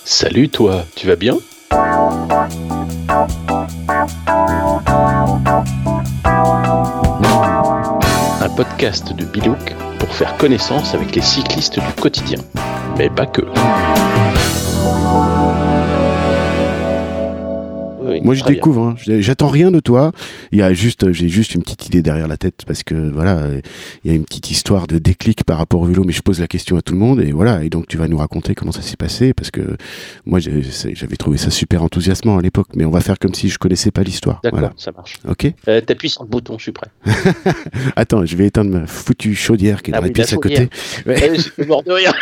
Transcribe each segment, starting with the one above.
Salut toi, tu vas bien ? Un podcast de Bilouk pour faire connaissance avec les cyclistes du quotidien. Mais pas que. Oui, moi je découvre, hein. J'attends rien de toi. J'ai juste une petite idée derrière la tête parce que voilà, il y a une petite histoire de déclic par rapport au vélo, mais je pose la question à tout le monde et voilà. Et donc tu vas nous raconter comment ça s'est passé parce que moi j'avais trouvé ça super enthousiasmant à l'époque, mais on va faire comme si je connaissais pas l'histoire. D'accord, voilà. Ça marche. Ok. T'appuies sur le bouton, je suis prêt. Attends, je vais éteindre ma foutue chaudière qui est dans la pièce à côté. Ouais. Je suis mort de rire.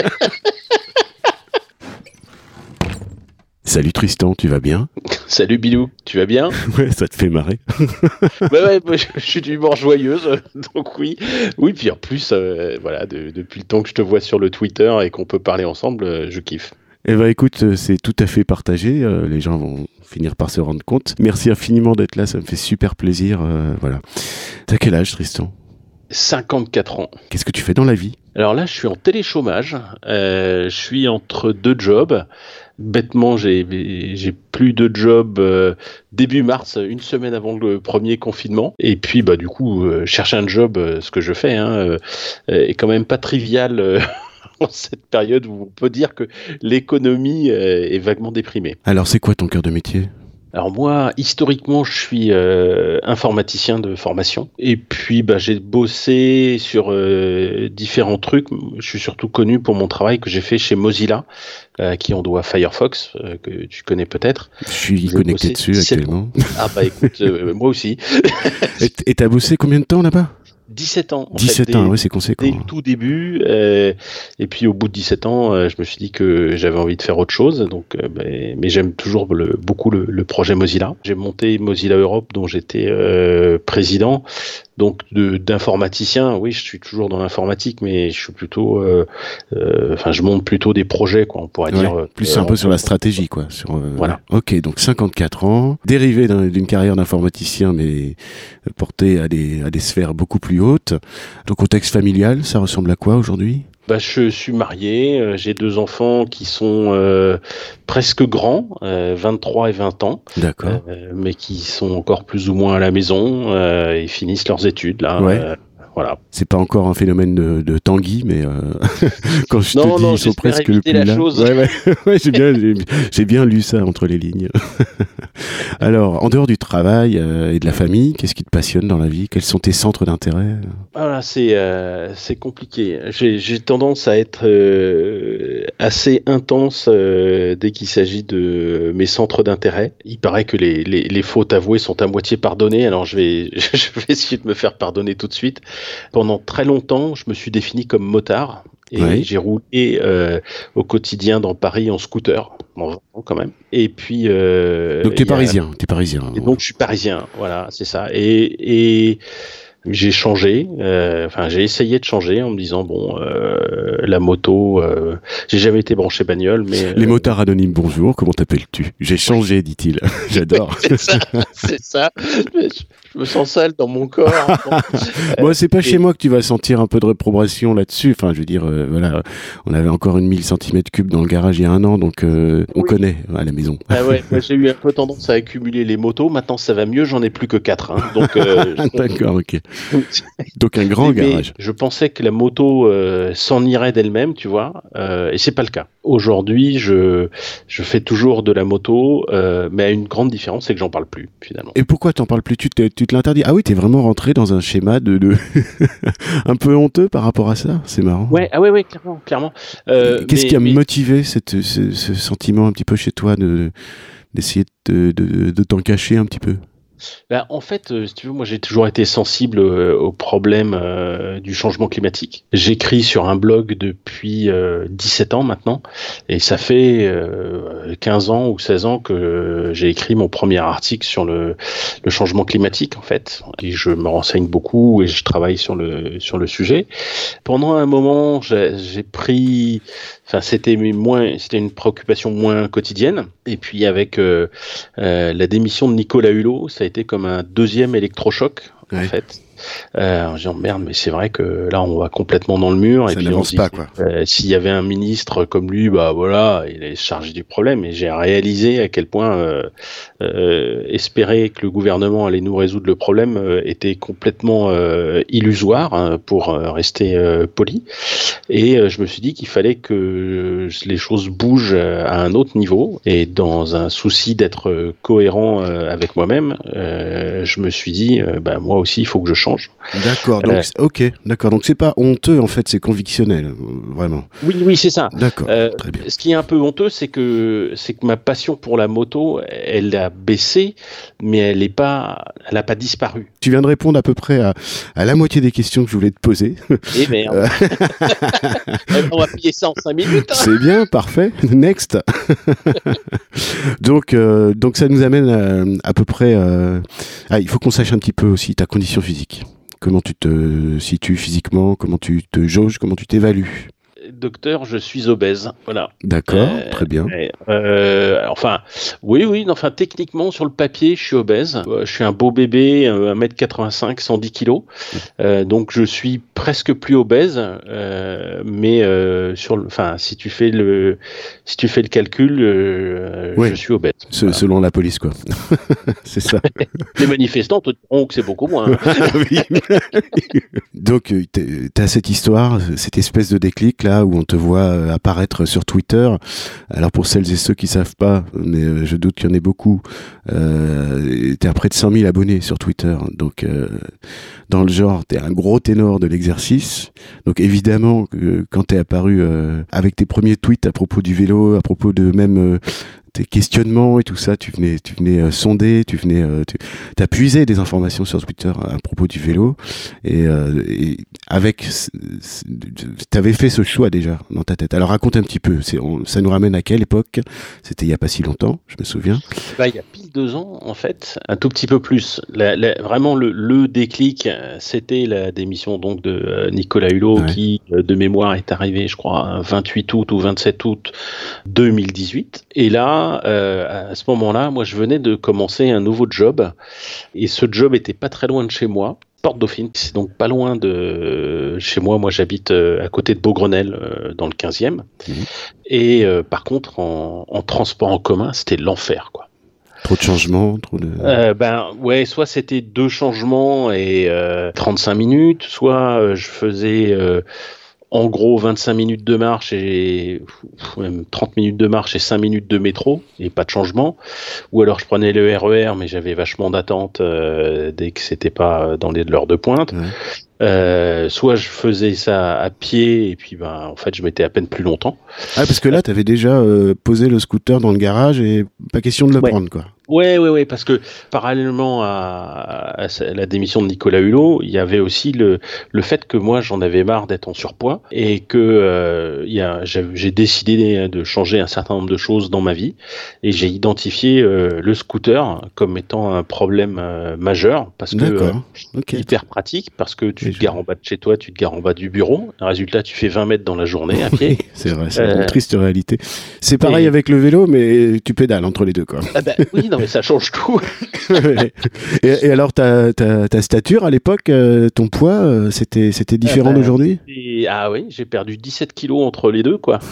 Salut Tristan, tu vas bien ? Salut Bilou, tu vas bien ? Ouais, ça te fait marrer. Ouais, je suis d'humeur joyeuse, donc oui. Oui, puis en plus, voilà, depuis le temps que je te vois sur le Twitter et qu'on peut parler ensemble, je kiffe. Eh ben écoute, c'est tout à fait partagé, les gens vont finir par se rendre compte. Merci infiniment d'être là, ça me fait super plaisir, voilà. T'as quel âge Tristan ? 54 ans. Qu'est-ce que tu fais dans la vie ? Alors là, je suis en téléchômage, je suis entre deux jobs. Bêtement, j'ai plus de job début mars, une semaine avant le premier confinement. Et puis, du coup, chercher un job, ce que je fais, est quand même pas trivial en cette période où on peut dire que l'économie est vaguement déprimée. Alors, c'est quoi ton cœur de métier ? Alors moi, historiquement, je suis informaticien de formation. Et puis, j'ai bossé sur différents trucs. Je suis surtout connu pour mon travail que j'ai fait chez Mozilla, qui on doit Firefox, que tu connais peut-être. Je suis connecté dessus actuellement. Ah écoute, moi aussi. Et t'as bossé combien de temps là-bas ? 17 ans. 17 ans, oui, c'est conséquent. Dès le tout début. Et puis au bout de 17 ans, je me suis dit que j'avais envie de faire autre chose. Donc, mais j'aime toujours beaucoup le projet Mozilla. J'ai monté Mozilla Europe, dont j'étais président. Donc d'informaticien, oui, je suis toujours dans l'informatique, mais je suis plutôt, je monte plutôt des projets, quoi. On pourrait dire. Plus un peu sur la stratégie, quoi. Voilà. Ok, donc 54 ans, dérivé d'une carrière d'informaticien, mais porté à des sphères beaucoup plus hautes. Ton contexte familial, ça ressemble à quoi aujourd'hui ? Je suis marié, j'ai 2 enfants qui sont presque grands, 23 et 20 ans, d'accord. Mais qui sont encore plus ou moins à la maison, ils finissent leurs études là. Ouais. Voilà. C'est pas encore un phénomène de Tanguy, mais quand je te dis ils sont presque le plus la là. Chose. Ouais, j'ai bien lu ça entre les lignes. Alors, en dehors du travail et de la famille, qu'est-ce qui te passionne dans la vie ? Quels sont tes centres d'intérêt ? Voilà, c'est compliqué. J'ai tendance à être assez intense dès qu'il s'agit de mes centres d'intérêt. Il paraît que les fautes avouées sont à moitié pardonnées, alors je vais essayer de me faire pardonner tout de suite. Pendant très longtemps, je me suis défini comme motard et j'ai roulé au quotidien dans Paris en scooter, quand même. Et puis donc t'es parisien. Et donc je suis parisien, voilà, c'est ça. Et j'ai changé, j'ai essayé de changer en me disant la moto, j'ai jamais été branché bagnole, mais les motards anonymes, bonjour, comment t'appelles-tu ? J'ai changé, dit-il. J'adore. c'est ça. Je me sens sale dans mon corps. Moi, c'est pas chez moi que tu vas sentir un peu de réprobation là-dessus. Enfin, je veux dire, voilà, on avait encore une 1000 cm3 dans le garage il y a un an, donc on connaît à la maison. Ah ouais, moi, j'ai eu un peu tendance à accumuler les motos. Maintenant, ça va mieux, j'en ai plus que 4. Donc, d'accord, ok. Donc un grand garage. Je pensais que la moto s'en irait d'elle-même, tu vois, et c'est pas le cas. Aujourd'hui, je fais toujours de la moto, mais à une grande différence, c'est que j'en parle plus, finalement. Et pourquoi t'en parles plus ? Tu te l'interdis ? Ah oui, t'es vraiment rentré dans un schéma de un peu honteux par rapport à ça. C'est marrant. Ouais, clairement. Qu'est-ce qui a motivé ce sentiment un petit peu chez toi d'essayer de t'en cacher un petit peu ? En fait, si tu veux, moi j'ai toujours été sensible au problème du changement climatique. J'écris sur un blog depuis 17 ans maintenant, et ça fait 15 ans ou 16 ans que j'ai écrit mon premier article sur le changement climatique, en fait. Et je me renseigne beaucoup et je travaille sur le sujet. Pendant un moment, j'ai pris... c'était une préoccupation moins quotidienne. Et puis avec la démission de Nicolas Hulot, ça a été comme un deuxième électrochoc, en fait. en disant merde, mais c'est vrai que là on va complètement dans le mur. Ça et puis n'avance pas, quoi. S'il y avait un ministre comme lui, bah voilà, il est chargé du problème. Et j'ai réalisé à quel point espérer que le gouvernement allait nous résoudre le problème était complètement illusoire, hein, pour rester poli. Et je me suis dit qu'il fallait que les choses bougent à un autre niveau. Et dans un souci d'être cohérent avec moi-même, je me suis dit, bah, moi aussi, il faut que je change. D'accord, donc, ok, d'accord. Donc, c'est pas honteux, en fait, c'est convictionnel, vraiment. Oui, c'est ça. D'accord, très bien. Ce qui est un peu honteux, c'est que ma passion pour la moto, elle a baissé, mais elle n'a pas disparu. Tu viens de répondre à peu près à la moitié des questions que je voulais te poser. Eh merde. On va payer ça en 5 minutes. Hein. C'est bien, parfait. Next. donc ça nous amène à peu près... il faut qu'on sache un petit peu aussi ta condition physique. Comment tu te situes physiquement, comment tu te jauges, comment tu t'évalues. Docteur, je suis obèse, voilà. D'accord, très bien. Enfin, techniquement, sur le papier, je suis obèse. Je suis un beau bébé, 1m85, 110 kilos. Donc, je suis presque plus obèse, mais si tu fais le calcul, oui, je suis obèse. Voilà. Selon la police, quoi. C'est ça. Les manifestants te diront que c'est beaucoup moins. Oui. Donc, t'as cette histoire, cette espèce de déclic, là, où on te voit apparaître sur Twitter. Alors, pour celles et ceux qui savent pas, mais je doute qu'il y en ait beaucoup, t'es à près de 100 000 abonnés sur Twitter. Donc, dans le genre, t'es un gros ténor de l'exercice. Donc, évidemment, quand t'es apparu avec tes premiers tweets à propos du vélo, à propos de même... tes questionnements et tout ça, tu venais sonder, t'as puisé des informations sur Twitter à propos du vélo et t'avais fait ce choix déjà dans ta tête. Alors raconte un petit peu, ça nous ramène à quelle époque? C'était il y a pas si longtemps, je me souviens. Il y a pile 2 ans en fait, un tout petit peu plus. Vraiment le déclic, c'était la démission donc de Nicolas Hulot, ouais, qui de mémoire est arrivé, je crois, 28 août ou 27 août 2018. Et là, à ce moment-là, moi, je venais de commencer un nouveau job et ce job était pas très loin de chez moi. Porte Dauphine, c'est donc pas loin de chez moi. Moi, j'habite à côté de Beaugrenelle, dans le 15e. Mmh. Et par contre, en transport en commun, c'était l'enfer, quoi. Trop de changements, soit c'était 2 changements et 35 minutes, soit je faisais... en gros, 25 minutes de marche et même 30 minutes de marche et 5 minutes de métro et pas de changement. Ou alors je prenais le RER, mais j'avais vachement d'attente dès que c'était pas dans l'heure de pointe. Ouais. Soit je faisais ça à pied et puis en fait je mettais à peine plus longtemps. Ah, parce que là t'avais déjà posé le scooter dans le garage et pas question de le prendre, quoi. Ouais, parce que parallèlement à la démission de Nicolas Hulot, il y avait aussi le fait que moi j'en avais marre d'être en surpoids et que j'ai décidé de changer un certain nombre de choses dans ma vie et j'ai identifié le scooter comme étant un problème majeur parce que hyper pratique, parce que tu te gares en bas de chez toi, tu te gares en bas du bureau, résultat tu fais 20 mètres dans la journée à pied. C'est vrai, c'est une triste réalité. C'est pareil avec le vélo, mais tu pédales entre les deux, quoi. Oui, non mais ça change tout. et alors ta stature à l'époque, ton poids, c'était différent d'aujourd'hui? Ah oui, j'ai perdu 17 kilos entre les deux, quoi.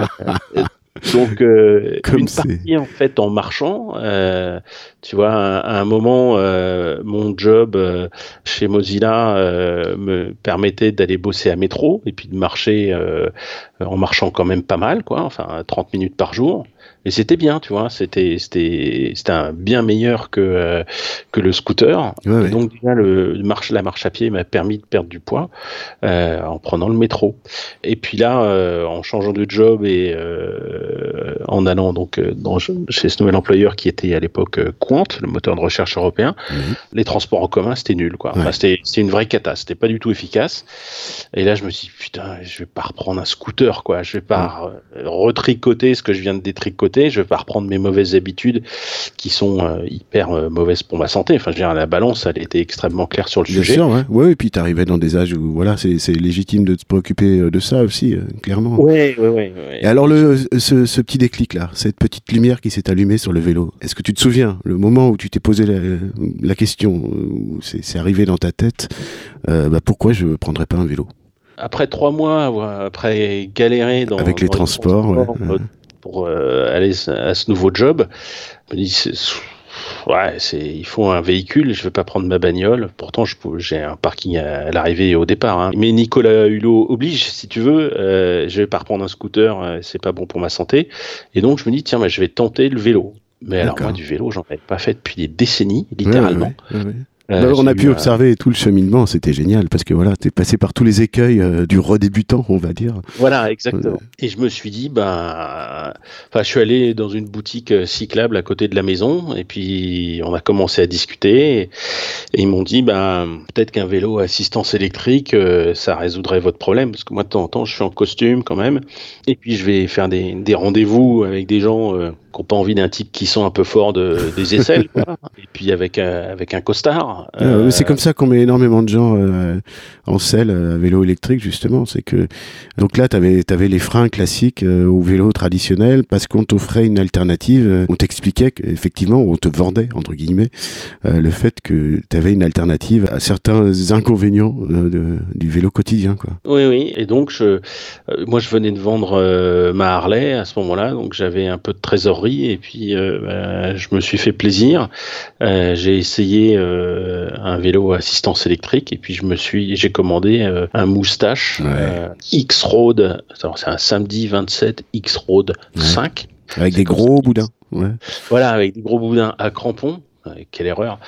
Donc une partie en fait en marchant, tu vois, à un moment mon job chez Mozilla me permettait d'aller bosser à métro et puis de marcher en marchant quand même pas mal, quoi, enfin 30 minutes par jour. Et c'était bien, tu vois, c'était bien meilleur que le scooter. Ouais. Et donc déjà la marche à pied m'a permis de perdre du poids en prenant le métro. Et puis là, en changeant de job et en allant donc chez ce nouvel employeur qui était à l'époque Quant, le moteur de recherche européen, les transports en commun c'était nul, quoi. Enfin, c'était une vraie cata, c'était pas du tout efficace. Et là je me suis dit putain, je vais pas reprendre un scooter, quoi. Je vais pas retricoter ce que je viens de détricoter. Je vais pas reprendre mes mauvaises habitudes qui sont hyper mauvaises pour ma santé. Enfin, je veux dire, la balance, elle était extrêmement claire sur le sujet. Bien sûr, ouais. Et puis tu arrivais dans des âges où voilà, c'est légitime de te préoccuper de ça aussi, clairement. Ouais. Et alors ce petit déclic-là, cette petite lumière qui s'est allumée sur le vélo? Est-ce que tu te souviens, le moment où tu t'es posé la question, où c'est arrivé dans ta tête, pourquoi je ne prendrais pas un vélo? Après 3 mois, après galérer avec les transports, pour aller à ce nouveau job, je me dis, il faut un véhicule, je ne vais pas prendre ma bagnole. Pourtant, j'ai un parking à l'arrivée et au départ. Hein. Mais Nicolas Hulot oblige, si tu veux, je ne vais pas reprendre un scooter, c'est pas bon pour ma santé. Et donc, je me dis, tiens, je vais tenter le vélo. Mais alors, moi, du vélo, j'en avais pas fait depuis des décennies, littéralement. Ouais. On a pu observer tout le cheminement, c'était génial, parce que voilà, t'es passé par tous les écueils du redébutant, on va dire. Voilà, exactement. Et je me suis dit, je suis allé dans une boutique cyclable à côté de la maison, et puis on a commencé à discuter, et ils m'ont dit, peut-être qu'un vélo à assistance électrique, ça résoudrait votre problème, parce que moi, de temps en temps, je suis en costume quand même, et puis je vais faire des rendez-vous avec des gens qui n'ont pas envie d'un type qui sent un peu fort des aisselles, quoi. Et puis avec un costard. C'est comme ça qu'on met énormément de gens en selle à vélo électrique, justement. C'est que donc là, t'avais les freins classiques au vélo traditionnel parce qu'on t'offrait une alternative. On t'expliquait qu'effectivement, on te vendait entre guillemets le fait que t'avais une alternative à certains inconvénients du vélo quotidien, quoi. Oui. Et donc moi, je venais de vendre ma Harley à ce moment-là, donc j'avais un peu de trésorerie et puis je me suis fait plaisir. J'ai essayé un vélo à assistance électrique et puis j'ai commandé un moustache X-Road. C'est un samedi 27 X-Road 5 avec des gros boudins. Ouais. Voilà, avec des gros boudins à crampons. Quelle erreur.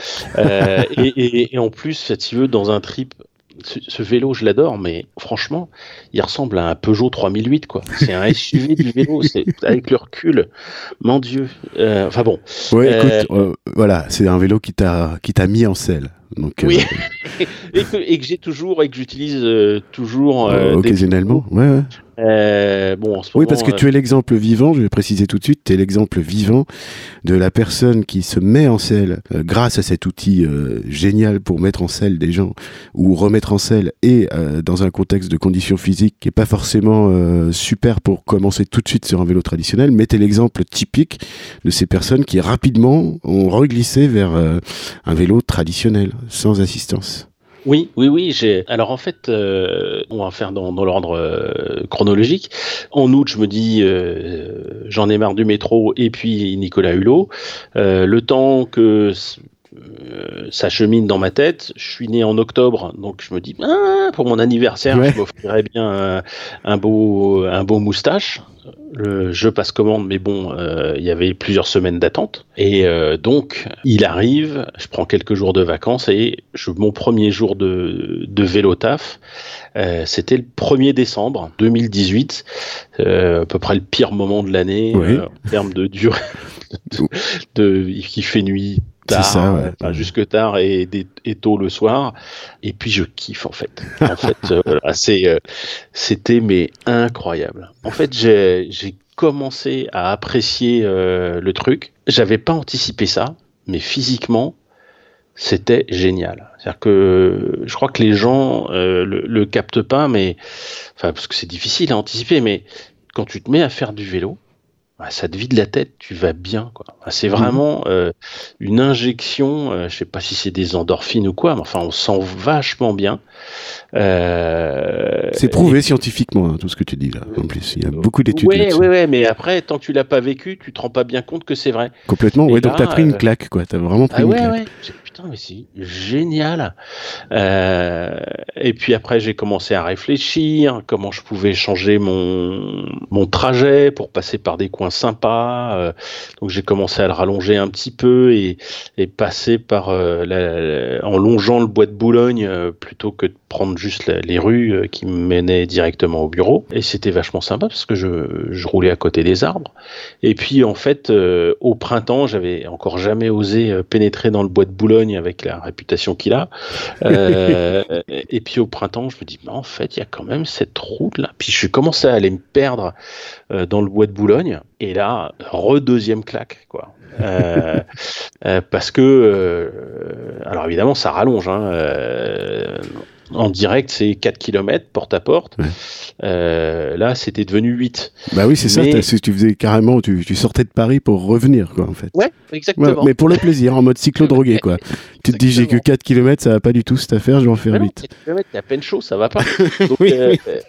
Et en plus, si tu veux, dans un trip, ce vélo, je l'adore, mais franchement, il ressemble à un Peugeot 3008, quoi. C'est un SUV du vélo, c'est avec le recul. Mon Dieu. Enfin bon. Ouais, écoute, voilà, c'est un vélo qui t'a mis en selle. Donc, oui. et que j'ai toujours et que j'utilise toujours occasionnellement. Ouais. En ce moment, parce que tu es l'exemple vivant, je vais préciser tout de suite, tu es l'exemple vivant de la personne qui se met en selle grâce à cet outil génial pour mettre en selle des gens ou remettre en selle et dans un contexte de conditions physiques qui n'est pas forcément super pour commencer tout de suite sur un vélo traditionnel, mais tu es l'exemple typique de ces personnes qui rapidement ont reglissé vers un vélo traditionnel, sans assistance. Oui. Alors en fait, on va faire dans l'ordre chronologique. En août, je me dis, j'en ai marre du métro et puis Nicolas Hulot. Le temps que ça chemine dans ma tête. Je suis né en octobre, donc je me dis, pour mon anniversaire, je m'offrirais bien un beau moustache. Je passe commande, mais bon, il y avait plusieurs semaines d'attente. Et donc, il arrive, je prends quelques jours de vacances et mon premier jour de vélo taf, c'était le 1er décembre 2018, à peu près le pire moment de l'année en termes de durée, qui fait nuit. Tard, jusque tard et tôt le soir, et puis je kiffe en fait. C'était mais incroyable. En fait, j'ai commencé à apprécier le truc. J'avais pas anticipé ça, mais physiquement, c'était génial. C'est-à-dire que je crois que les gens le captent pas, mais parce que c'est difficile à anticiper, mais quand tu te mets à faire du vélo, ça te vide la tête, tu vas bien, quoi. C'est vraiment une injection, je sais pas si c'est des endorphines ou quoi, mais enfin on se sent vachement bien. C'est prouvé scientifiquement, tout ce que tu dis là. En plus, il y a beaucoup d'études là-dessus. Oui, mais après, tant que tu l'as pas vécu, tu te rends pas bien compte que c'est vrai. Complètement, donc t'as pris une claque, quoi. T'as vraiment pris une claque. Putain, mais c'est génial. Et puis après, j'ai commencé à réfléchir comment je pouvais changer mon trajet pour passer par des coins sympas. Donc j'ai commencé à le rallonger un petit peu et passer par en longeant le bois de Boulogne plutôt que de prendre juste les rues qui me menaient directement au bureau. Et c'était vachement sympa parce que je roulais à côté des arbres. Et puis en fait, au printemps, j'avais encore jamais osé pénétrer dans le bois de Boulogne avec la réputation qu'il a. Et puis au printemps, je me dis, en fait, il y a quand même cette route-là. Puis je commençais à aller me perdre dans le bois de Boulogne. Et là, deuxième claque, quoi. Parce que, alors évidemment, ça rallonge. En direct, c'est 4 km porte à porte. Ouais. Là, c'était devenu 8. Bah oui, c'est ça. Tu faisais carrément, tu sortais de Paris pour revenir, quoi, en fait. Ouais, exactement. Ouais, mais pour le plaisir, en mode cyclo-drogué, quoi. Tu te dis, j'ai que 4 km, ça va pas du tout cette affaire, je vais en faire 8. 4 km, t'es à peine chaud, ça va pas. Donc, Oui.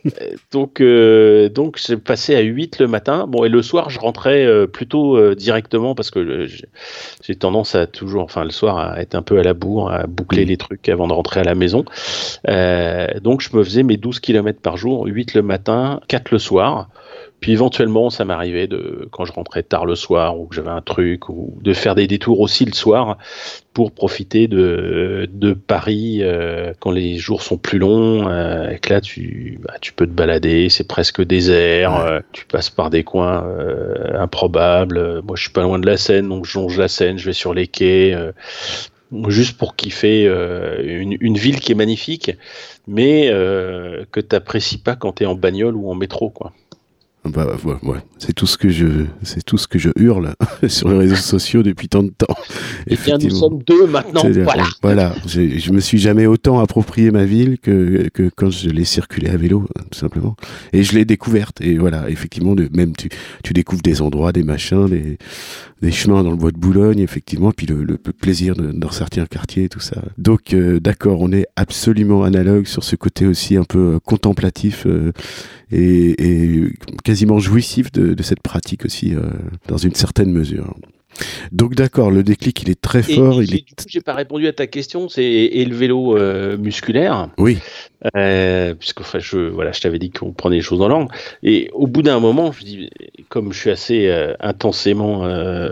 donc j'ai passé à 8 le matin. Bon, et le soir, je rentrais plutôt directement parce que j'ai tendance à toujours, enfin, le soir, à être un peu à la bourre, à boucler les trucs avant de rentrer à la maison. Donc, je me faisais mes 12 km par jour, 8 le matin, 4 le soir. Puis éventuellement, ça m'arrivait quand je rentrais tard le soir ou que j'avais un truc, ou de faire des détours aussi le soir pour profiter de Paris quand les jours sont plus longs. Et que là, tu peux te balader, c'est presque désert. Tu passes par des coins improbables. Moi, je suis pas loin de la Seine, donc je longe la Seine, je vais sur les quais. Juste pour kiffer une ville qui est magnifique, mais que tu n'apprécies pas quand tu es en bagnole ou en métro, quoi. Bah ouais. C'est tout ce que je hurle sur les réseaux sociaux depuis tant de temps. Et bien, nous sommes deux maintenant. Voilà. Je me suis jamais autant approprié ma ville que quand je l'ai circulé à vélo, tout simplement. Et je l'ai découverte. Et voilà, effectivement, même tu découvres des endroits, des machins, des chemins dans le bois de Boulogne, effectivement, puis le plaisir de ressortir un quartier, tout ça. Donc, d'accord, on est absolument analogue sur ce côté aussi un peu contemplatif et quasiment jouissif de cette pratique aussi, dans une certaine mesure. Donc d'accord, le déclic il est très fort. Du coup, j'ai pas répondu à ta question. Et le vélo musculaire. Oui. Puisque je t'avais dit qu'on prenait les choses dans l'ordre. Et au bout d'un moment, je dis, comme je suis assez intensément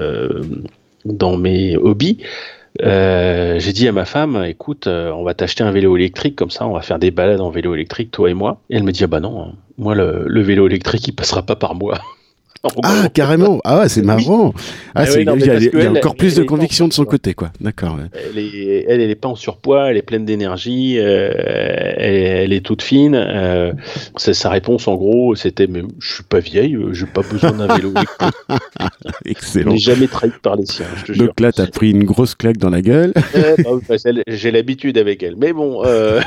dans mes hobbies, j'ai dit à ma femme, écoute, on va t'acheter un vélo électrique, comme ça on va faire des balades en vélo électrique, toi et moi. Et elle me dit, ah bah non, moi le vélo électrique il passera pas par moi. Ah, carrément. Ah ouais, c'est marrant. Ah, il y a encore plus de conviction de son côté, quoi. D'accord. Ouais. Elle est pas en surpoids, elle est pleine d'énergie, elle est toute fine. Sa réponse, en gros, c'était, mais je suis pas vieille, j'ai pas besoin d'un vélo. Excellent. Je n'ai jamais trahi par les siens, je te jure. Donc là, t'as pris une grosse claque dans la gueule. J'ai l'habitude avec elle. Mais bon,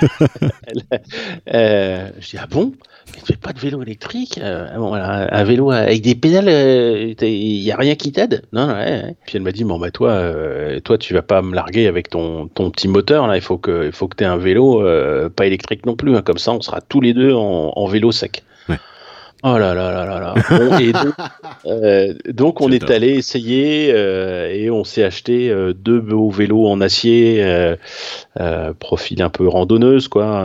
je dis, ah bon? Mais tu fais pas de vélo électrique? Un vélo avec des pédales, il y a rien qui t'aide? Non. Puis elle m'a dit, bon bah toi, tu vas pas me larguer avec ton petit moteur là. Il faut que t'aies un vélo pas électrique non plus. Hein. Comme ça, on sera tous les deux en vélo sec. Ouais. Oh là là là là là. Bon, et donc on est allé essayer et on s'est acheté 2 beaux vélos en acier, profil un peu randonneuse quoi.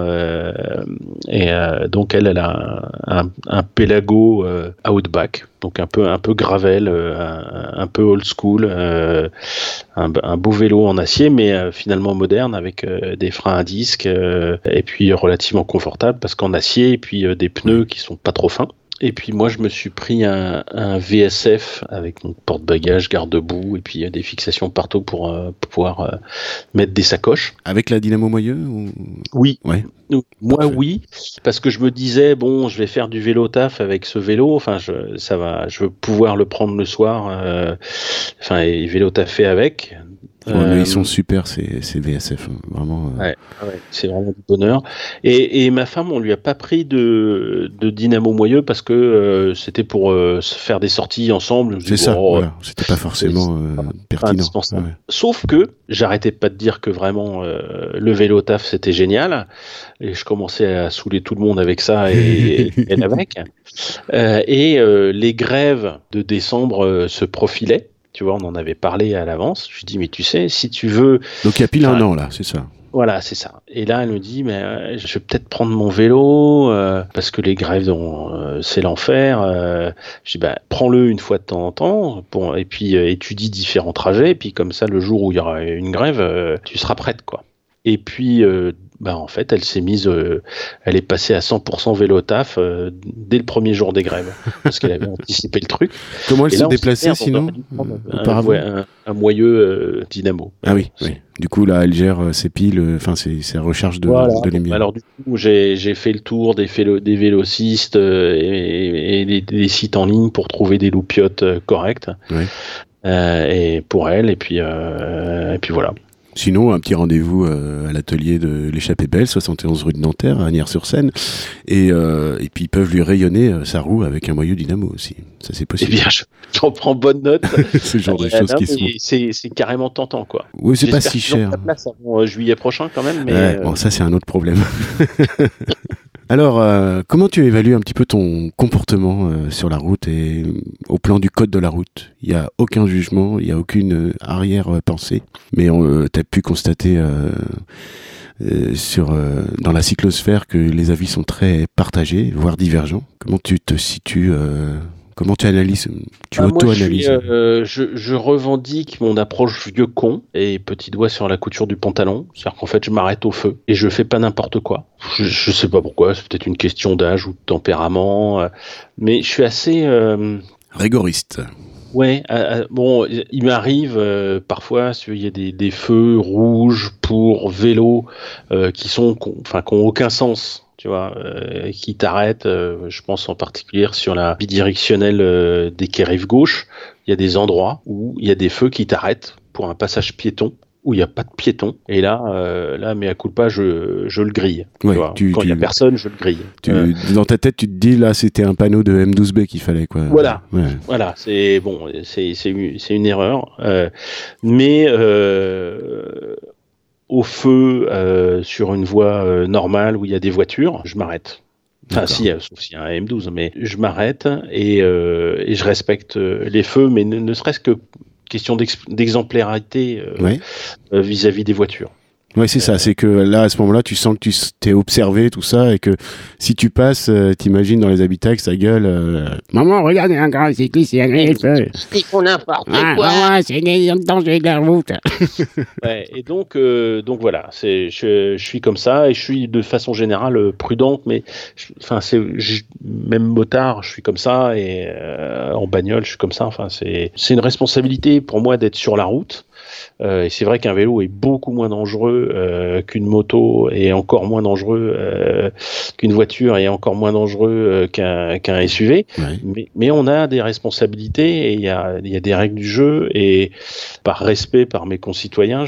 Donc elle a un Pelago Outback, donc un peu gravel, un peu old school, un beau vélo en acier, mais finalement moderne avec des freins à disque et puis relativement confortable parce qu'en acier et puis des pneus qui sont pas trop fins. Et puis moi je me suis pris un VSF avec mon porte-bagages, garde-boue et puis des fixations partout pour pouvoir mettre des sacoches. Avec la dynamo moyeu ou... Oui. Ouais. Moi oui, parce que je me disais bon, je vais faire du vélo taf avec ce vélo, enfin je veux pouvoir le prendre le soir, et vélo taffer avec. Mais ils sont super ces VSF, vraiment. Ouais, c'est vraiment du bonheur. Et ma femme, on lui a pas pris de dynamo moyeu parce que c'était pour se faire des sorties ensemble. C'est ça. Voilà. C'était pas forcément pertinent. Ouais. Sauf que j'arrêtais pas de dire que vraiment le vélo taf c'était génial, et je commençais à saouler tout le monde avec ça et avec. Les grèves de décembre se profilaient. Tu vois, on en avait parlé à l'avance. Je lui dis, mais tu sais, si tu veux... Donc il y a pile un an, là, c'est ça. Voilà, c'est ça. Et là, elle me dit, mais je vais peut-être prendre mon vélo, parce que les grèves, c'est l'enfer. Je dis, prends-le une fois de temps en temps, et puis étudie différents trajets, et puis comme ça, le jour où il y aura une grève, tu seras prête, quoi. Et puis... en fait, elle s'est mise, elle est passée à 100% vélo taf dès le premier jour des grèves, parce qu'elle avait anticipé le truc. Comment elle se déplaçait sinon un moyeu dynamo. Ah oui. Du coup, là, elle gère ses piles, ses recharges de lumière. Alors du coup, j'ai fait le tour des vélocistes et des sites en ligne pour trouver des loupiottes correctes. Oui. Et pour elle, et puis voilà. Sinon, un petit rendez-vous à l'atelier de l'Échappée Belle, 71 rue de Nanterre, à Agnières-sur-Seine. Et puis, ils peuvent lui rayonner sa roue avec un moyeu dynamo aussi. Ça, c'est possible. Eh bien, j'en prends bonne note. Ce genre de choses qui sont... C'est carrément tentant, quoi. Oui, c'est pas si cher. J'espère place avant juillet prochain, quand même. Mais ouais, bon, ça, c'est un autre problème. Alors, comment tu évalues un petit peu ton comportement sur la route et au plan du code de la route? Il n'y a aucun jugement, il n'y a aucune arrière-pensée, mais tu as pu constater dans la cyclosphère que les avis sont très partagés, voire divergents. Comment tu te situes Comment tu analyses? Tu auto-analyses? Je revendique mon approche vieux con et petit doigt sur la couture du pantalon. C'est-à-dire qu'en fait, je m'arrête au feu et je fais pas n'importe quoi. Je sais pas pourquoi, c'est peut-être une question d'âge ou de tempérament, mais je suis assez... rigoriste. Ouais, bon, il m'arrive parfois, il y a des feux rouges pour vélo qui ont aucun sens. Tu vois, qui t'arrête, je pense en particulier sur la bidirectionnelle des quais rive gauche, il y a des endroits où il y a des feux qui t'arrêtent pour un passage piéton, où il n'y a pas de piéton, et là, mea culpa, je le grille. Ouais, quand il n'y a personne, je le grille. Dans ta tête, tu te dis, là, c'était un panneau de M12B qu'il fallait, quoi. Voilà, voilà, c'est bon, c'est une erreur, mais au feu sur une voie normale où il y a des voitures, je m'arrête. Enfin, sauf s'il y a un M12, mais je m'arrête et je respecte les feux, mais ne serait-ce que question d'exemplarité vis-à-vis des voitures. Ouais, c'est ça. C'est que là, à ce moment-là, tu sens que tu t'es observé, tout ça, et que si tu passes, t'imagines dans les habitacles, sa gueule, maman, regarde, un grand cycliste, il a grillé le feu. Ils font n'importe quoi. Ouais, c'est une danger de la route. Ouais, et donc voilà, je suis comme ça, et je suis de façon générale prudente, mais même motard, je suis comme ça, et en bagnole, je suis comme ça. Enfin, c'est une responsabilité pour moi d'être sur la route. Et c'est vrai qu'un vélo est beaucoup moins dangereux qu'une moto, et encore moins dangereux qu'une voiture, et encore moins dangereux qu'un SUV. Ouais. Mais on a des responsabilités, et il y a des règles du jeu, et par respect par mes concitoyens,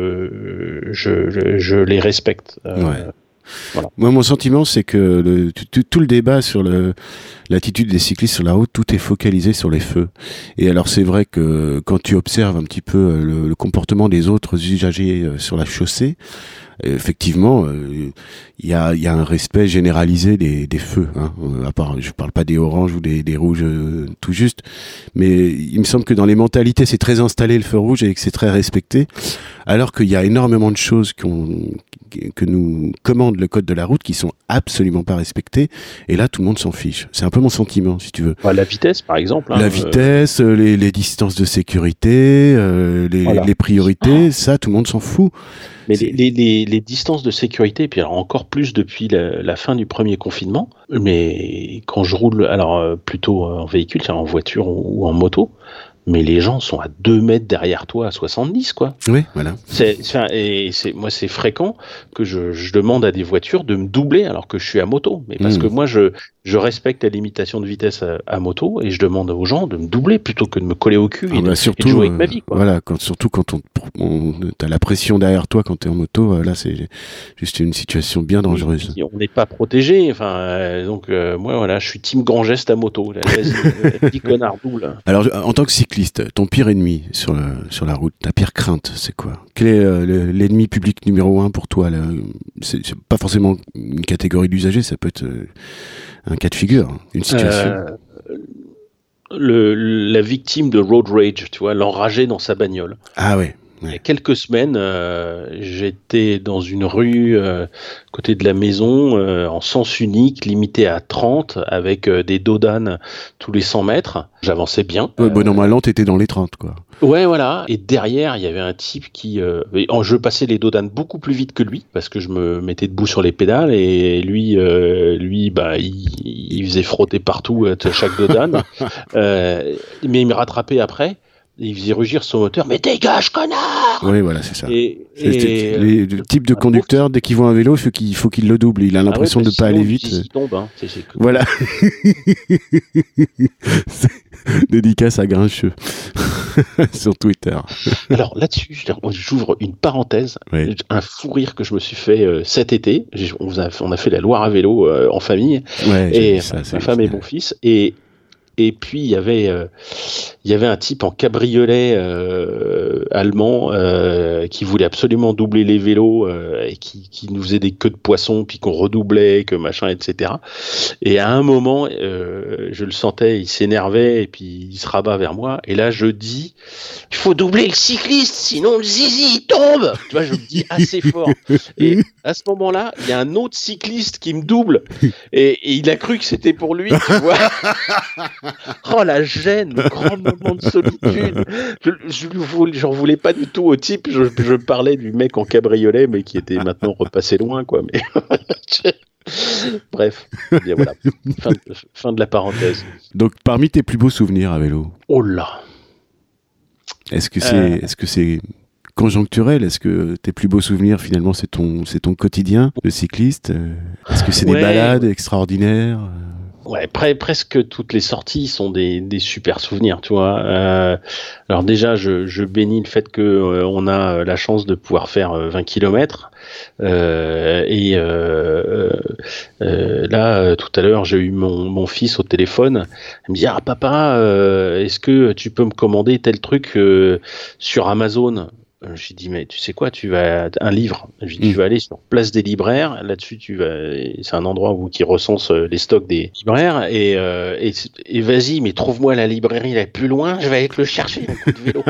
je les respecte. Voilà. Moi, mon sentiment, c'est que tout le débat sur l'attitude des cyclistes sur la route, tout est focalisé sur les feux. Et alors, c'est vrai que quand tu observes un petit peu le comportement des autres usagers sur la chaussée, effectivement, il y a un respect généralisé des feux. Hein. À part, je parle pas des oranges ou des rouges tout juste, mais il me semble que dans les mentalités, c'est très installé le feu rouge et que c'est très respecté. Alors qu'il y a énormément de choses que nous commande le code de la route qui sont absolument pas respectées, et là tout le monde s'en fiche. C'est un peu mon sentiment, si tu veux. La vitesse, par exemple. La vitesse, les distances de sécurité, les priorités, ça tout le monde s'en fout. Mais les distances de sécurité, puis alors encore plus depuis la fin du premier confinement, mais quand je roule, alors plutôt en véhicule, en voiture ou en moto, mais les gens sont à 2 mètres derrière toi à 70, quoi. Oui, voilà. Moi, c'est fréquent que je demande à des voitures de me doubler alors que je suis à moto. Mais parce que moi, je respecte la limitation de vitesse à moto, et je demande aux gens de me doubler plutôt que de me coller au cul et de jouer avec ma vie, quoi. Voilà, surtout quand t'as la pression derrière toi quand t'es en moto, là, c'est juste une situation bien dangereuse. On n'est pas protégé. Enfin, donc, moi, voilà, je suis team grand geste à moto. Vas-y, petit connard double. Alors, en tant que cycliste, ton pire ennemi sur la route, ta pire crainte, c'est quoi? Quel est l'ennemi public numéro 1 pour toi, là? C'est pas forcément une catégorie d'usagers, ça peut être un cas de figure, une situation. La victime de road rage, tu vois, l'enragé dans sa bagnole. Ah ouais. Il y a quelques semaines, j'étais dans une rue côté de la maison, en sens unique, limité à 30, avec des dodanes tous les 100 mètres. J'avançais bien. Normalement, t'étais dans les 30, quoi. Ouais, voilà. Et derrière, il y avait un type qui... je passais les dodanes beaucoup plus vite que lui, parce que je me mettais debout sur les pédales, et lui, il faisait frotter partout chaque dodane. Mais il me rattrapait après. Il faisait rugir son moteur, mais dégage, connard! Oui, voilà, c'est ça. Le type de conducteur, dès qu'il voit un vélo, il faut qu'il le double. Il a l'impression de ne pas aller vite. Il tombe, hein. Voilà. Dédicace à Grincheux. sur Twitter. Alors là-dessus, j'ouvre une parenthèse, Oui. un fou rire que je me suis fait cet été. On a fait la Loire à vélo en famille, Ouais, j'ai et vu ça, ma c'est femme et génial. mon fils. Et puis il y avait un type en cabriolet allemand qui voulait absolument doubler les vélos et qui nous faisait des queues de poisson, puis qu'on redoublait, que machin, etc. Et à un moment, je le sentais, il s'énervait et puis il se rabat vers moi. Et là, je dis, il faut doubler le cycliste, sinon le zizi il tombe. Tu vois, je me dis assez fort. Et à ce moment-là, il y a un autre cycliste qui me double et il a cru que c'était pour lui, tu vois. Oh la gêne, le grand moment de solitude. J'en voulais pas du tout au type. Je parlais du mec en cabriolet, mais qui était maintenant repassé loin, quoi. Mais bref, bien voilà. Fin de la parenthèse. Donc, parmi tes plus beaux souvenirs à vélo, Oh là. est-ce que c'est conjoncturel? Est-ce que tes plus beaux souvenirs, finalement, c'est ton quotidien de cycliste? Est-ce que c'est des Ouais, balades extraordinaires? ouais, presque toutes les sorties sont des super souvenirs, tu vois. Alors déjà, je bénis le fait que on a la chance de pouvoir faire 20 km. Là, tout à l'heure, j'ai eu mon fils au téléphone. Il me dit, ah papa, est-ce que tu peux me commander tel truc sur Amazon? J'ai dit, mais tu sais quoi, un livre. J'ai dit, tu vas aller sur Place des libraires. Là-dessus, c'est un endroit qui recense les stocks des libraires. Et vas-y, mais trouve-moi la librairie la plus loin. Je vais aller te le chercher, un coup de vélo.